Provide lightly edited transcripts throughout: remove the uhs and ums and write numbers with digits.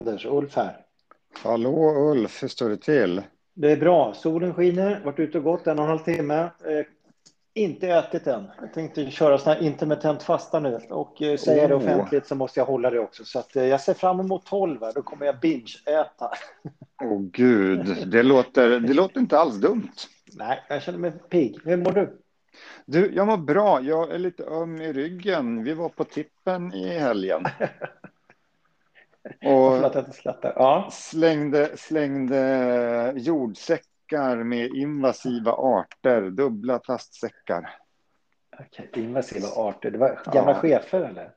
Anders, Ulf här. Hallå Ulf, hur står det till? Det är bra. Solen skiner. Varit ute och gått 1,5 timme. Inte ätit än. Jag tänkte köra sån här intermittent fasta nu. Och säga det Oh, offentligt så måste jag hålla det också. Så att, jag ser fram emot 12 här. Då kommer jag binge-äta. oh gud, det låter inte alls dumt. Nej, jag känner mig pigg. Hur mår du? Du, jag mår bra. Jag är lite öm i ryggen. Vi var på tippen i helgen Ja, och förlåt att jag skrattar. Ja. slängde jordsäckar med invasiva arter, dubbla plastsäckar. Okej, invasiva arter. Det var gamla Ja. chefer eller?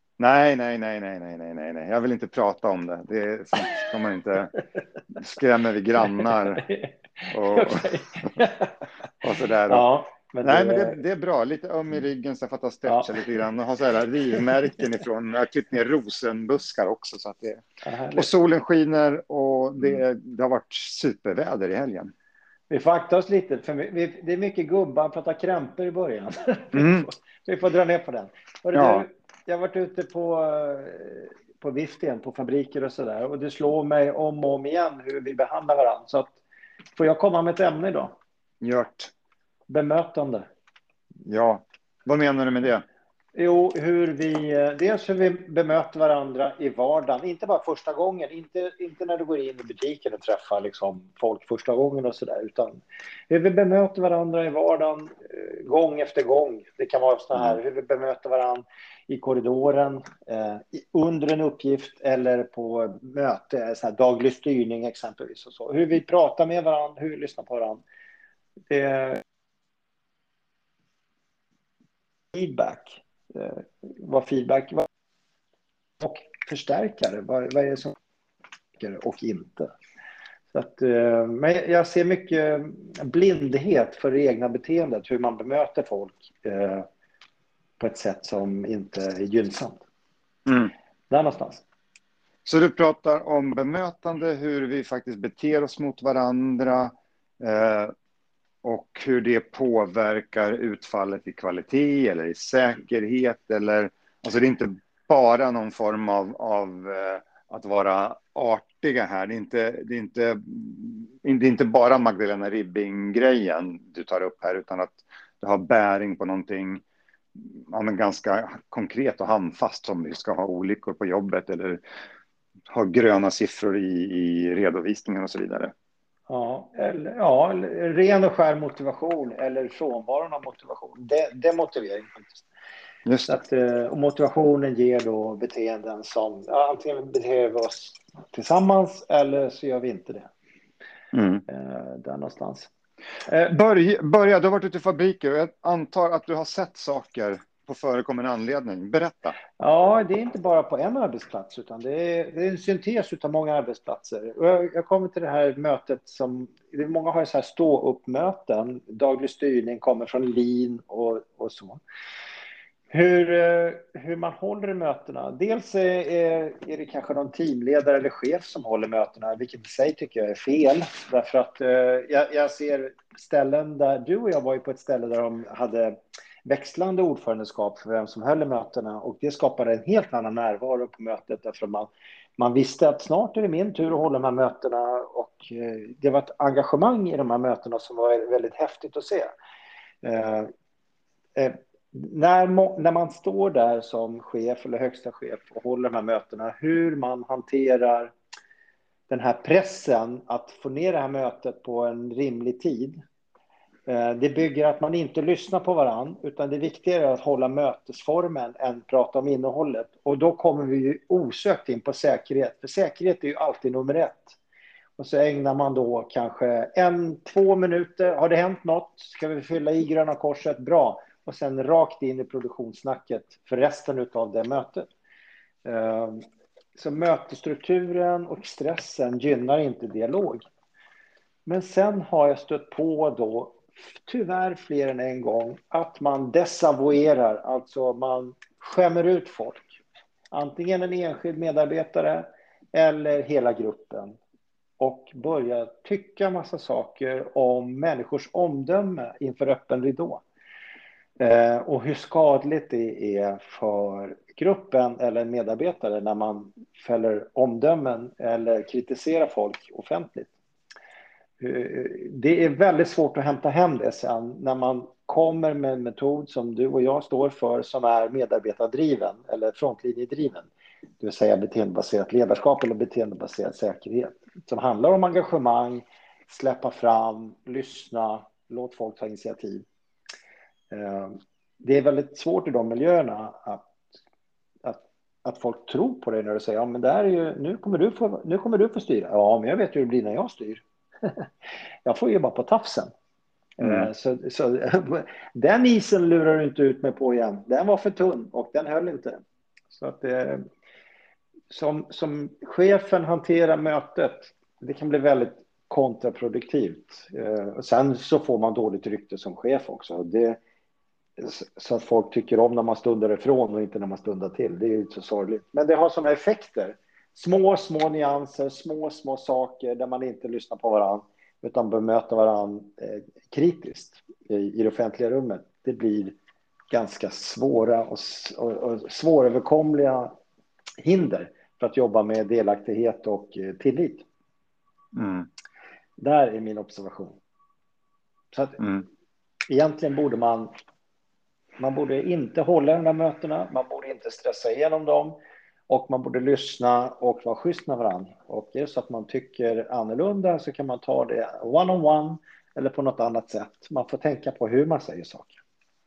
Nej. Jag vill inte prata om det. Det är sånt ska man inte skrämma vid grannar och, Okej. och sådär. Ja, men Nej, men det... det är bra. Lite öm i ryggen så jag får ta Ja, stretcha lite grann. Och ha så här rivmärken ifrån. Jag har klippt ner rosenbuskar också. Så att det... ja, Och härligt. solen skiner och Mm. det har varit superväder i helgen. Vi får akta oss lite, för det är mycket gubbar pratar krämpor i början. Vi Mm. får, vi får dra ner på den. Hörru Ja, du, jag har varit ute på vift igen, på fabriker och sådär. Och det slår mig om och om igen hur vi behandlar varandra. Så att, får jag komma med ett ämne idag? gjort. Bemötande. Ja. Vad menar du med det? Jo, dels hur vi bemöter varandra i vardagen. Inte bara första gången, inte när du går in i butiken och träffar liksom folk första gången och sådär. Utan hur vi bemöter varandra i vardagen gång efter gång. Det kan vara så här, Mm. hur vi bemöter varandra i korridoren, under en uppgift eller på möte, så här daglig styrning exempelvis. Och så. Hur vi pratar med varandra, hur vi lyssnar på varandra. Det är feedback. Vad feedback och förstärkare. Vad är det som förstärker och inte? Så att, men jag ser mycket blindhet för det egna beteendet, hur man bemöter folk på ett sätt som inte är gynnsamt. Mm. Där någonstans. Så du pratar om bemötande, hur vi faktiskt beter oss mot varandra och hur det påverkar utfallet i kvalitet eller i säkerhet. Alltså det är inte bara någon form av att vara artiga här. Det är inte bara Magdalena Ribbing-grejen du tar upp här, utan att det har bäring på någonting men ganska konkret och handfast, som vi ska ha olyckor på jobbet eller ha gröna siffror i redovisningen och så vidare. Eller ren och skär motivation eller frånvaron av motivation. Det är motivering faktiskt. Just Så det. att, och motivationen ger då beteenden som antingen beter vi oss tillsammans eller så gör vi inte det. Mm. Där någonstans. Börja, du har varit ute i fabriker och jag antar att du har sett saker på förekommande anledning. Berätta. Ja, det är inte bara på en arbetsplats utan det är en syntes av många arbetsplatser. Och jag kommer till det här mötet som, många har så här stå-upp-möten, daglig styrning kommer från lean och så. Hur man håller i mötena. Dels är det kanske någon teamledare eller chef som håller mötena, vilket i sig tycker jag är fel. Därför att jag ser ställen där, du och jag var ju på ett ställe där de hade växlande ordförandeskap för vem som höll i mötena. Och det skapade en helt annan närvaro på mötet. Därför att man visste att snart är det min tur att hålla de här mötena. Och det var ett engagemang i de här mötena som var väldigt häftigt att se. När man står där som chef eller högsta chef och håller de här mötena, hur man hanterar den här pressen att få ner det här mötet på en rimlig tid. Det bygger att man inte lyssnar på varann, utan det viktigare är att hålla mötesformen än prata om innehållet. Och då kommer vi ju osökt in på säkerhet, för säkerhet är ju alltid nummer ett. Och så ägnar man då kanske 1-2 minuter. Har det hänt något? Ska vi fylla i gröna korset? Bra. Och sen rakt in i produktionssnacket för resten av det mötet. Så mötesstrukturen och stressen gynnar inte dialog. Men sen har jag stött på då, tyvärr fler än en gång, att man desavouerar, alltså man skämmer ut folk. Antingen en enskild medarbetare eller hela gruppen. Och börjar tycka massa saker om människors omdöme inför öppen ridå. Och hur skadligt det är för gruppen eller en medarbetare när man fäller omdömen eller kritiserar folk offentligt. Det är väldigt svårt att hämta hem det sen när man kommer med en metod som du och jag står för som är medarbetardriven eller frontlinjedriven. Det vill säga beteendebaserat ledarskap eller beteendebaserad säkerhet. Som handlar om engagemang, släppa fram, lyssna, låt folk ta initiativ. Det är väldigt svårt i de miljöerna att folk tror på det när du säger ja, men det är ju, nu kommer du få styra. Ja, men jag vet hur det blir när jag styr. Jag får ju bara på tafsen. Så den isen lurar du inte ut mig på igen. Den var för tunn och den höll inte. Så att som chefen hanterar mötet, det kan bli väldigt kontraproduktivt. Och sen så får man dåligt rykte som chef också. Så att folk tycker om när man stundar ifrån och inte när man stundar till. Det är ju inte så sorgligt. Men det har sådana effekter. Små nyanser, små saker där man inte lyssnar på varandra utan bemöter varandra kritiskt i det offentliga rummet. Det blir ganska svåra och svåröverkomliga hinder för att jobba med delaktighet och tillit. Där är min observation. Så att egentligen borde man borde inte hålla de där mötena, man borde inte stressa igenom dem och man borde lyssna och vara schysst med varandra. Och är det så att man tycker annorlunda så kan man ta det one-on-one eller på något annat sätt. Man får tänka på hur man säger saker.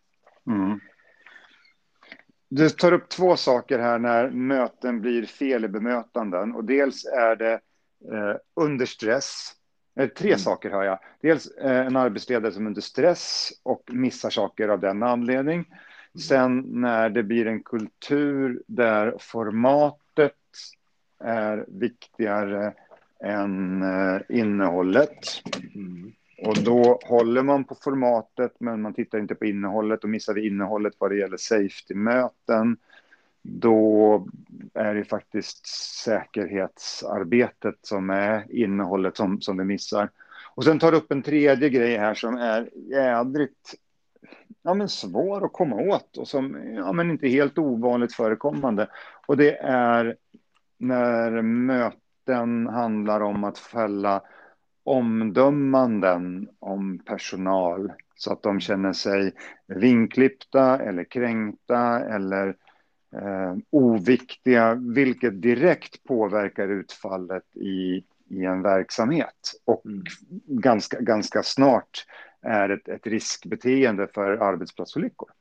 Du tar upp två saker här när möten blir fel i bemötanden. Och dels är det under stress. Tre saker hör jag. Dels en arbetsledare som är under stress och missar saker av den anledning. Sen när det blir en kultur där formatet är viktigare än innehållet. Och då håller man på formatet men man tittar inte på innehållet och missar innehållet vad det gäller safety-möten. Då är det faktiskt säkerhetsarbetet som är innehållet som det missar. Och sen tar du upp en tredje grej här som är jädrigt svår att komma åt och som inte är helt ovanligt förekommande. Och det är när möten handlar om att fälla omdömanden om personal så att de känner sig vinklippta eller kränkta eller oviktiga, vilket direkt påverkar utfallet i en verksamhet och ganska snart är ett riskbeteende för arbetsplatsolyckor.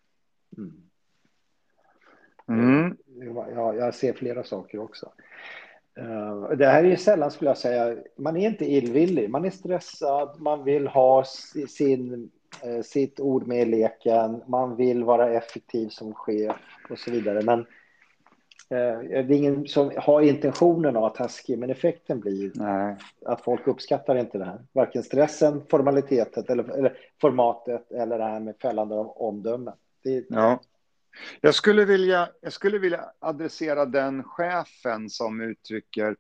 Ja, jag ser flera saker också. Det här är ju sällan, skulle jag säga, man är inte illvillig, man är stressad, man vill ha sitt ord med i leken, man vill vara effektiv som chef och så vidare, men det är ingen som har intentionen att vara taskig, men effekten blir att folk uppskattar inte det här, varken stressen, formalitetet eller formatet eller det här med fällande omdömen. Ja. Jag skulle vilja adressera den chefen som uttrycker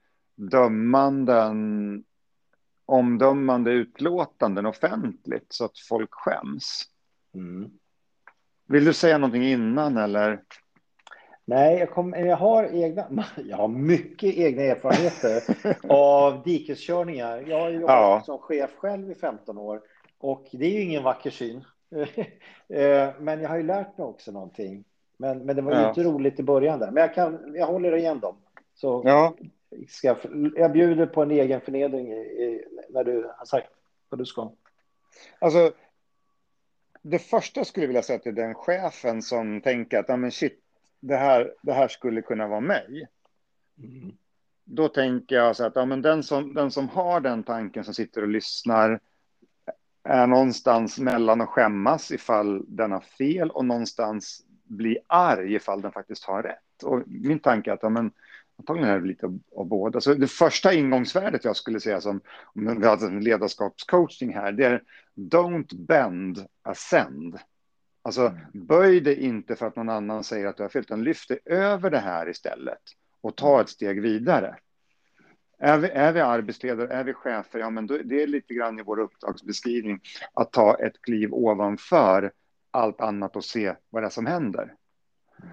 omdömande utlåtanden offentligt så att folk skäms. Vill du säga någonting innan eller? Nej, jag har mycket egna erfarenheter av dikeskörningar. Jag har jobbat som chef själv i 15 år och det är ju ingen vacker syn. Men jag har ju lärt mig också någonting. Men det var ju inte roligt i början där. Men jag håller igen dem. Så jag bjuder på en egen förnedring när du har sagt vad du ska. Alltså, det första skulle jag vilja säga till den chefen som tänker att det här skulle kunna vara mig. Då tänker jag så att den som har den tanken som sitter och lyssnar är någonstans mellan att skämmas ifall den har fel och någonstans bli arg ifall den faktiskt har rätt. Och min tanke är att antagligen är det lite av båda. Så det första ingångsvärdet jag skulle säga om vi hade en ledarskapscoaching här, det är don't bend, ascend. Alltså böj dig inte för att någon annan säger att du har fel, utan lyft dig över det här istället och ta ett steg vidare. Är vi arbetsledare, är vi chefer, men det är lite grann i vår uppdragsbeskrivning att ta ett kliv ovanför allt annat och se vad det är som händer.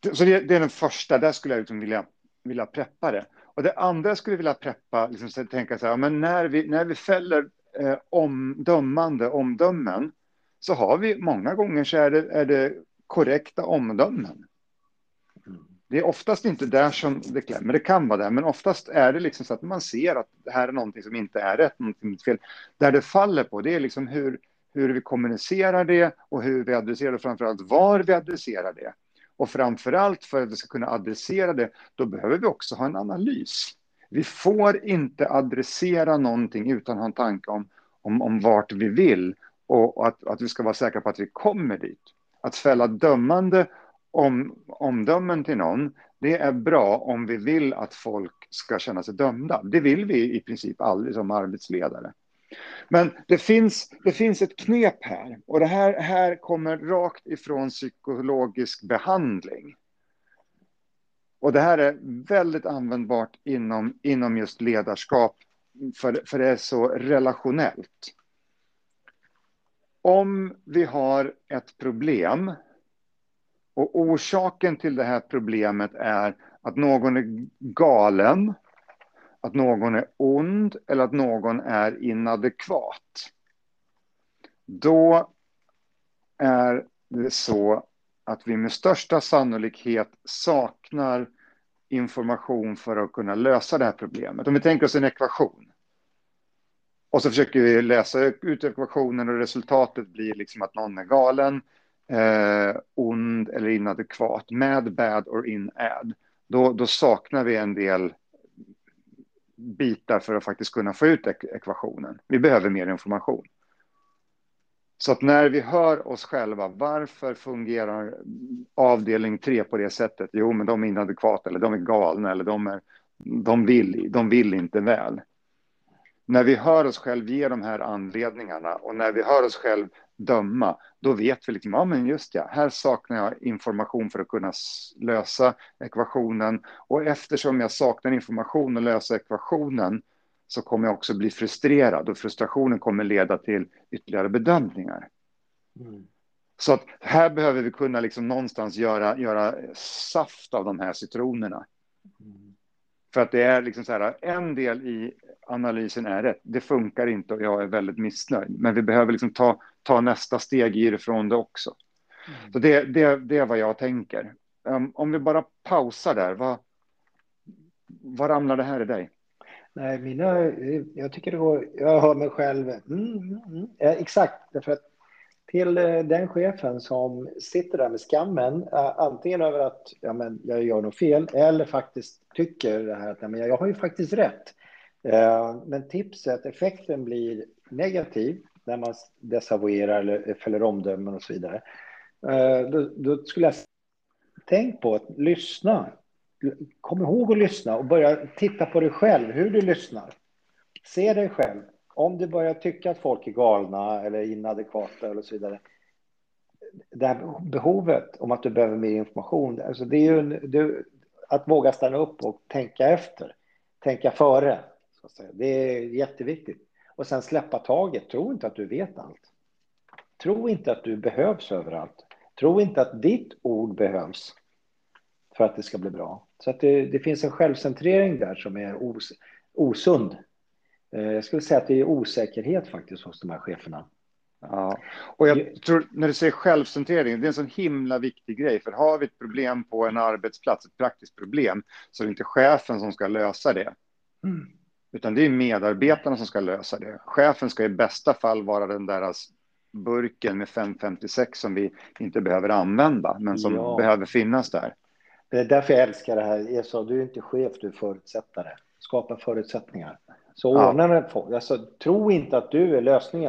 Så det är den första, där skulle jag liksom vilja preppa det. Och det andra jag skulle vilja preppa, liksom, så tänka så här, men när vi fäller dömande omdömen, så har vi många gånger så är det korrekta omdömen. Det är oftast inte där som det klämmer, det kan vara där, men oftast är det liksom så att man ser att det här är någonting som inte är rätt, någonting som är fel. Där det faller på, det är liksom hur vi kommunicerar det och hur vi adresserar det, framförallt var vi adresserar det. Och framförallt för att vi ska kunna adressera det, då behöver vi också ha en analys. Vi får inte adressera någonting utan att ha en tanke om vart vi vill och att vi ska vara säkra på att vi kommer dit. Att fälla dömande omdömen till någon, det är bra om vi vill att folk ska känna sig dömda. Det vill vi i princip aldrig som arbetsledare. Men det finns ett knep här, och det här kommer rakt ifrån psykologisk behandling. Och det här är väldigt användbart inom just ledarskap, för det är så relationellt. Om vi har ett problem och orsaken till det här problemet är att någon är galen, att någon är ond eller att någon är inadekvat, då är det så att vi med största sannolikhet saknar information för att kunna lösa det här problemet. Om vi tänker oss en ekvation och så försöker vi läsa ut ekvationen och resultatet blir liksom att någon är galen, ond eller inadekvat, mad, bad or in-ad. Då saknar vi en del bitar för att faktiskt kunna få ut ekvationen. Vi behöver mer information. Så att när vi hör oss själva, varför fungerar avdelning 3 på det sättet? Jo, men de är inadekvata, eller de är galna, eller de vill inte väl. När vi hör oss själv ge de här anledningarna och när vi hör oss själv döma, då vet vi liksom, ja men just det, här saknar jag information för att kunna lösa ekvationen. Och eftersom jag saknar information att lösa ekvationen, så kommer jag också bli frustrerad, och frustrationen kommer leda till ytterligare bedömningar. Så att här behöver vi kunna liksom någonstans göra saft av de här citronerna. För att det är liksom så här, en del i analysen är rätt, det funkar inte och jag är väldigt missnöjd. Men vi behöver liksom ta nästa steg ifrån det också. Så det är vad jag tänker. Om vi bara pausar där, vad ramlar det här i dig? Nej, jag tycker det går, jag hör mig själv, exakt, därför att till den chefen som sitter där med skammen, antingen över att jag gör något fel, eller faktiskt tycker det här att jag har ju faktiskt rätt. Men tipset, effekten blir negativ när man desavouerar eller fäller omdömen och så vidare. Då skulle jag tänka på att lyssna. Kom ihåg att lyssna och börja titta på dig själv, hur du lyssnar. Se dig själv. Om du börjar tycka att folk är galna eller inadekvata eller så vidare. Det här behovet om att du behöver mer information. Alltså det är ju att våga stanna upp och tänka efter. Tänka före. Så att säga. Det är jätteviktigt. Och sen släppa taget. Tro inte att du vet allt. Tro inte att du behövs överallt. Tro inte att ditt ord behövs för att det ska bli bra. Så att det finns en självcentrering där som är osund. Jag skulle säga att det är osäkerhet faktiskt hos de här cheferna. Ja, och jag tror när du säger självcentrering, det är en sån himla viktig grej. För har vi ett problem på en arbetsplats, ett praktiskt problem, så är det inte chefen som ska lösa det. Utan det är medarbetarna som ska lösa det. Chefen ska i bästa fall vara den där burken med 556 som vi inte behöver använda, men som behöver finnas där. Det är därför jag älskar det här. Du är inte chef, du är förutsättare. Skapa förutsättningar. Så ordna med folk. Alltså, tro inte att du är lösningen.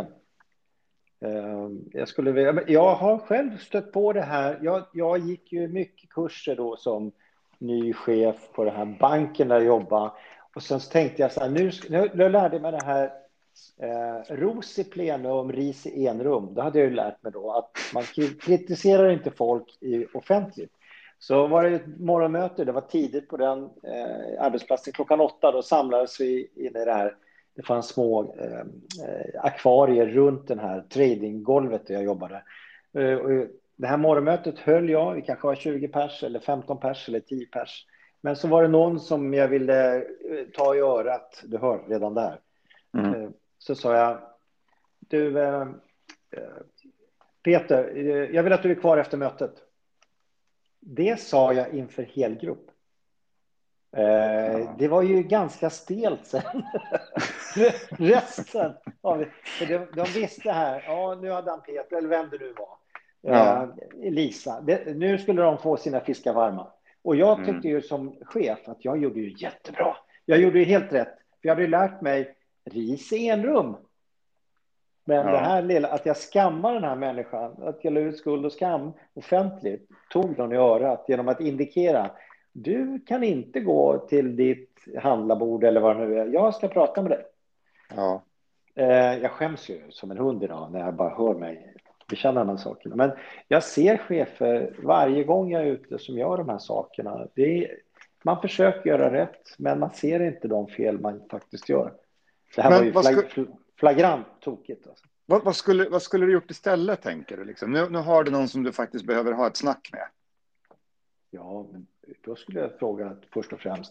Jag har själv stött på det här. Jag gick ju mycket kurser då som ny chef på den här banken där jag jobbade. Och sen så tänkte jag så här, nu lärde jag mig det här ros i plenum, ris i enrum. Då hade jag ju lärt mig då att man kritiserar inte folk offentligt. Så var det ett morgonmöte, det var tidigt på den arbetsplatsen, 8:00, då samlades vi in i det här. Det fanns små akvarier runt den här tradinggolvet där jag jobbade. Det här morgonmötet höll jag, vi kanske var 20 pers eller 15 pers eller 10 pers. Men så var det någon som jag ville ta i örat, du hör redan där. Så sa jag, du Peter, jag vill att du är kvar efter mötet. Det sa jag inför helgrupp. Det var ju ganska stelt sen. Resten av det. För de visste här, ja nu hade han Peter, eller vem det nu var. Lisa. Nu skulle de få sina fiskar varma. Och jag tyckte ju som chef att jag gjorde ju jättebra. Jag gjorde ju helt rätt. För jag hade ju lärt mig ris i enrum. Men det här lilla, att jag skammar den här människan, att jag la ut skuld och skam offentligt, tog någon i örat genom att indikera, du kan inte gå till ditt handlarbord eller vad det nu är, jag ska prata med dig. Ja. Jag skäms ju som en hund idag när jag bara hör mig bekänna de här sakerna. Men jag ser chefer varje gång jag är ute som gör de här sakerna. Man försöker göra rätt, men man ser inte de fel man faktiskt gör. Det här Men var ju flagrant tokigt. Alltså. Vad skulle du gjort istället, tänker du? Liksom? Nu har du någon som du faktiskt behöver ha ett snack med. Ja, men då skulle jag fråga först och främst.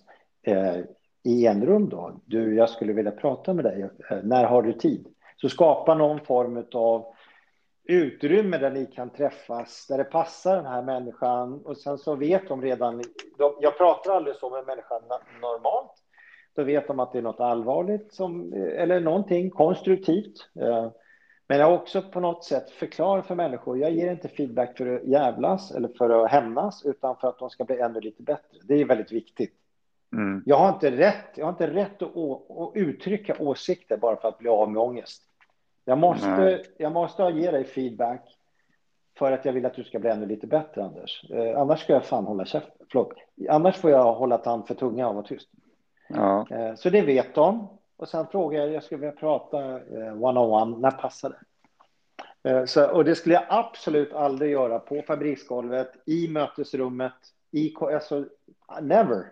I en rum då? Du, jag skulle vilja prata med dig. När har du tid? Så skapa någon form av utrymme där ni kan träffas, där det passar den här människan. Och sen så vet de redan, jag pratar aldrig så med människan normalt. Då vet de att det är något allvarligt eller någonting konstruktivt. Men jag också på något sätt förklarar för människor, jag ger inte feedback för att jävlas eller för att hämnas, utan för att de ska bli ännu lite bättre. Det är väldigt viktigt. Jag har inte rätt att uttrycka åsikter bara för att bli av med ångest. Jag måste ge dig feedback för att jag vill att du ska bli ännu lite bättre, Anders. Annars ska jag fan hålla käften. Annars får jag hålla tand för tunga och vara tyst. Ja. Så det vet de. Och sen frågar jag skulle vilja prata one-on-one, när passar det? Och det skulle jag absolut aldrig göra på fabriksgolvet, i mötesrummet, never.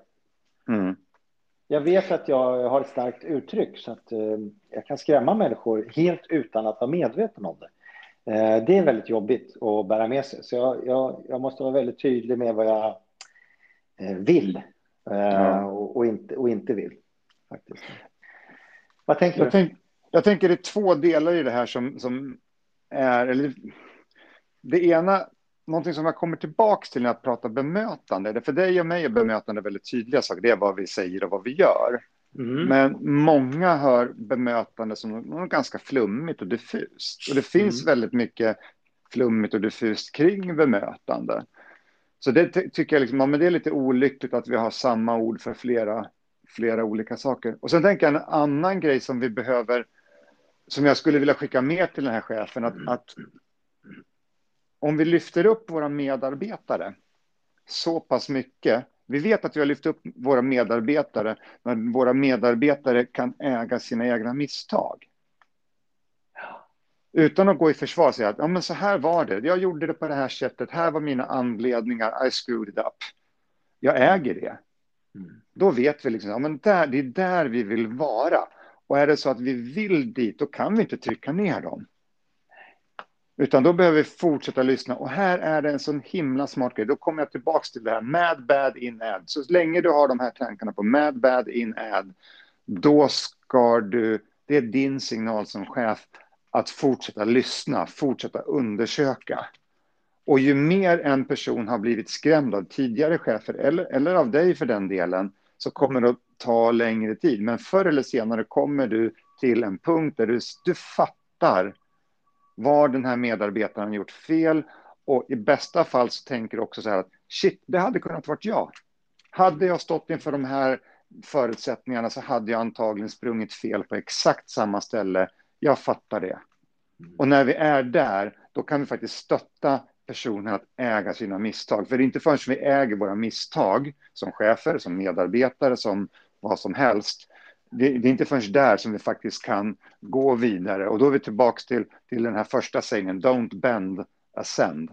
Jag vet att jag har ett starkt uttryck så att jag kan skrämma människor helt utan att vara medveten om det. Det är väldigt jobbigt att bära med sig. Så jag måste vara väldigt tydlig med vad jag vill och inte vill. Faktiskt. Vad tänker du? Jag tänker det är två delar i det här som är... Eller, det ena, någonting som jag kommer tillbaka till när jag pratar bemötande. För dig och mig är bemötande väldigt tydliga saker. Det är vad vi säger och vad vi gör. Men många hör bemötande som något ganska flummigt och diffust. Och det finns väldigt mycket flummigt och diffust kring bemötande. Så det tycker jag liksom, men det är lite olyckligt att vi har samma ord för flera olika saker. Och sen tänker jag en annan grej som vi behöver, som jag skulle vilja skicka med till den här chefen, att om vi lyfter upp våra medarbetare så pass mycket, vi vet att vi har lyft upp våra medarbetare, men våra medarbetare kan äga sina egna misstag. Utan att gå i försvar och säga att men så här var det, jag gjorde det på det här sättet, här var mina anledningar, I screwed it up. Jag äger det. Då vet vi liksom, men det är där vi vill vara. Och är det så att vi vill dit, då kan vi inte trycka ner dem. Utan då behöver vi fortsätta lyssna. Och här är det en sån himla smart grej. Då kommer jag tillbaka till det här mad, bad, in, add. Så länge du har de här tankarna på mad, bad, in, add, då ska du, det är din signal som chef att fortsätta lyssna, fortsätta undersöka. Och ju mer en person har blivit skrämd av tidigare chefer, eller av dig för den delen, så kommer det att ta längre tid. Men förr eller senare kommer du till en punkt där du fattar vad den här medarbetaren har gjort fel. Och i bästa fall så tänker du också så här att shit, det hade kunnat varit jag. Hade jag stått inför de här förutsättningarna så hade jag antagligen sprungit fel på exakt samma ställe. Jag fattar det. Och när vi är där, då kan vi faktiskt stötta personen att äga sina misstag. För det är inte förrän vi äger våra misstag som chefer, som medarbetare, som vad som helst. Det är inte förrän där som vi faktiskt kan gå vidare. Och då är vi tillbaka till den här första sägningen, don't bend, ascend.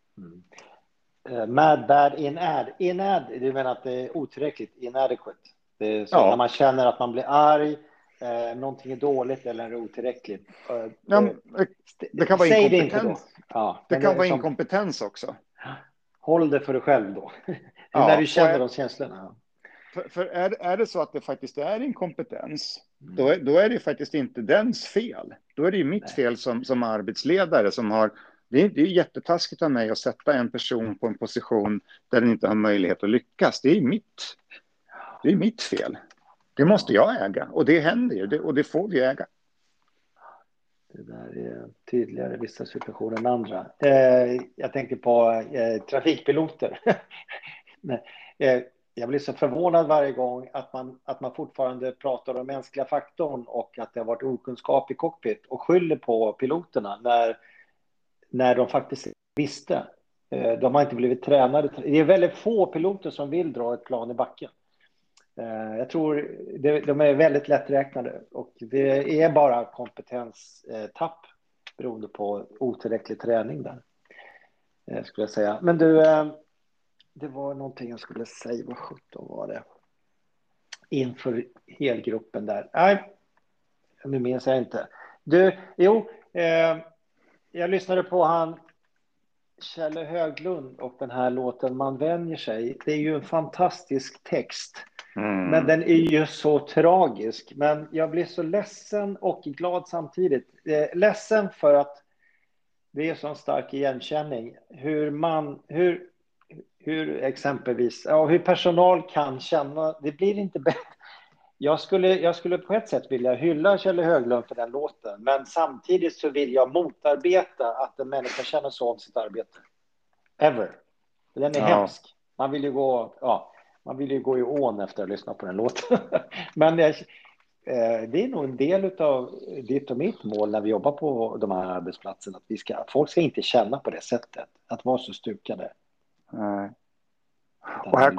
Mad, bad, in, add. In, add, du menar att det är otillräckligt, inadequate. Det är så när man känner att man blir arg någonting är dåligt eller är otillräckligt. Ja, det kan vara Säg det inte då. inkompetens. Ja, Det kan vara som, inkompetens också. håll det för dig själv då. Det är när Ja, du känner de känslorna. för är det så att det faktiskt är inkompetens, då är det faktiskt inte dens fel. Då är det ju mitt fel som arbetsledare som har... Det är jättetaskigt av mig att sätta en person på en position där den inte har möjlighet att lyckas. Det är mitt fel. Det måste jag äga. Och det händer ju. Och det får vi äga. Det där är tydligare i vissa situationer än andra. Jag tänker på trafikpiloter. Jag blir så förvånad varje gång att man fortfarande pratar om mänskliga faktorn och att det har varit okunskap i cockpit och skyller på piloterna när de faktiskt visste. De har inte blivit tränade. Det är väldigt få piloter som vill dra ett plan i backen. Jag tror de är väldigt lätträknade och det är bara kompetenstapp beroende på otillräcklig träning där, skulle jag säga. Men du, det var någonting jag skulle säga. Vad 17 var det? Inför helgruppen där. Nej, nu minns jag inte. Du, jag lyssnade på han Kjell Höglund och den här låten Man vänjer sig. Det är ju en fantastisk text. Men den är ju så tragisk. Men jag blir så ledsen och glad samtidigt. Ledsen för att det är så en stark igenkänning. Hur exempelvis, hur personal kan känna. Det blir inte bättre. Jag skulle på ett sätt vilja hylla Kjell Höglund för den låten. Men samtidigt så vill jag motarbeta att en människa känner så om sitt arbete. Ever. Den är hemsk. Man vill ju gå i ån efter att ha lyssnat på den låten. Men det är nog en del av ditt och mitt mål när vi jobbar på de här arbetsplatserna. Att folk ska inte känna på det sättet. Att vara så stukade. Nej. Och här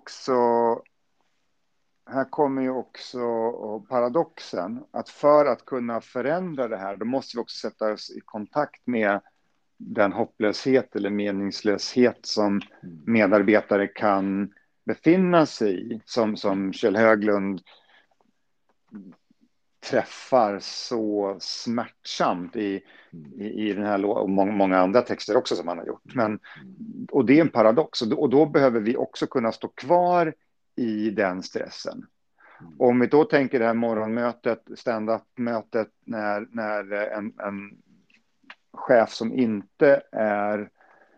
kommer ju också paradoxen. Att för att kunna förändra det här, då måste vi också sätta oss i kontakt med den hopplöshet eller meningslöshet som medarbetare kan befinna sig i, som Kjell Höglund träffar så smärtsamt i den här och många andra texter också som han har gjort. Och det är en paradox, och då behöver vi också kunna stå kvar i den stressen. Och om vi då tänker det här morgonmötet, stand-up-mötet, när en chef som inte är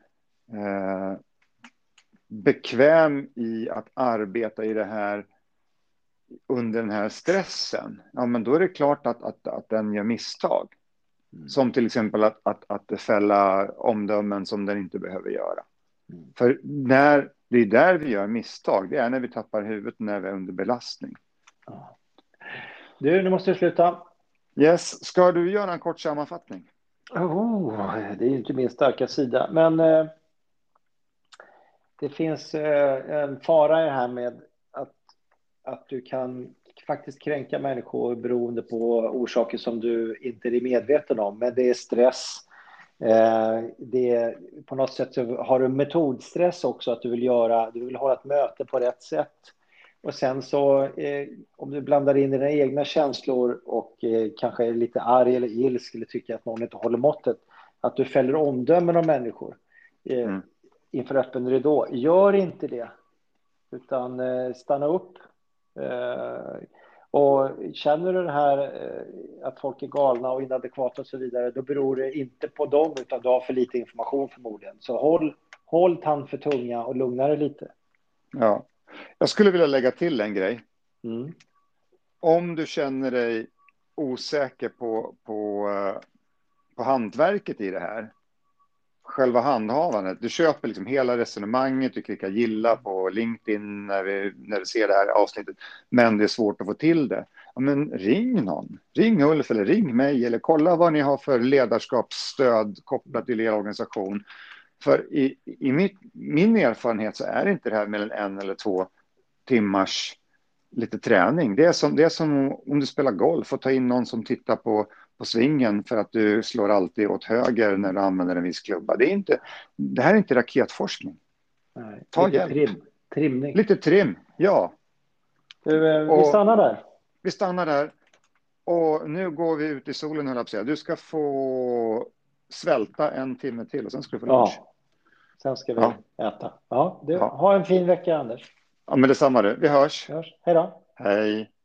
bekväm i att arbeta i det här under den här stressen, men då är det klart att den gör misstag. Som till exempel att fälla omdömen som den inte behöver göra. För det är där vi gör misstag, det är när vi tappar huvudet, när vi är under belastning. Du, nu måste du sluta. Yes, ska du göra en kort sammanfattning? Det är ju inte min starka sida, men det finns en fara i det här med att du kan faktiskt kränka människor beroende på orsaker som du inte är medveten om. Men det är stress. På något sätt så har du metodstress också, att du vill hålla ett möte på rätt sätt. Och sen så om du blandar in dina egna känslor och kanske är lite arg eller ilsk eller tycker att någon inte håller måttet, att du fäller omdömen om människor inför öppen ridå. Gör inte det, utan stanna upp. Och känner du det här att folk är galna och inadekvata och så vidare, då beror det inte på dem, utan du har för lite information förmodligen. Så håll tand för tunga och lugna dig lite. Ja, jag skulle vilja lägga till en grej. Om du känner dig osäker på hantverket i det här, själva handhavandet, du köper liksom hela resonemanget, du klickar gilla på LinkedIn när du ser det här avsnittet, men det är svårt att få till det. Men ring någon, ring Ulf eller ring mig, eller kolla vad ni har för ledarskapsstöd kopplat till er organisation. För i min erfarenhet så är det inte det här mellan 1 eller 2 timmars lite träning. Det är som om du spelar golf och tar in någon som tittar på svingen för att du slår alltid åt höger när du använder en viss klubba. Det här är inte raketforskning. Nej, ta lite hjälp. Trimning. Lite trim, ja. Vi stannar där. Vi stannar där. Och nu går vi ut i solen, höll jag på att säga. Du ska få svälta en timme till och sen ska du få lunch. Ja, sen ska vi Ja, äta. Ja, du, ja. ha en fin vecka, Anders. Ja, men detsamma du. Vi hörs. Hörs. Hej då. Hej.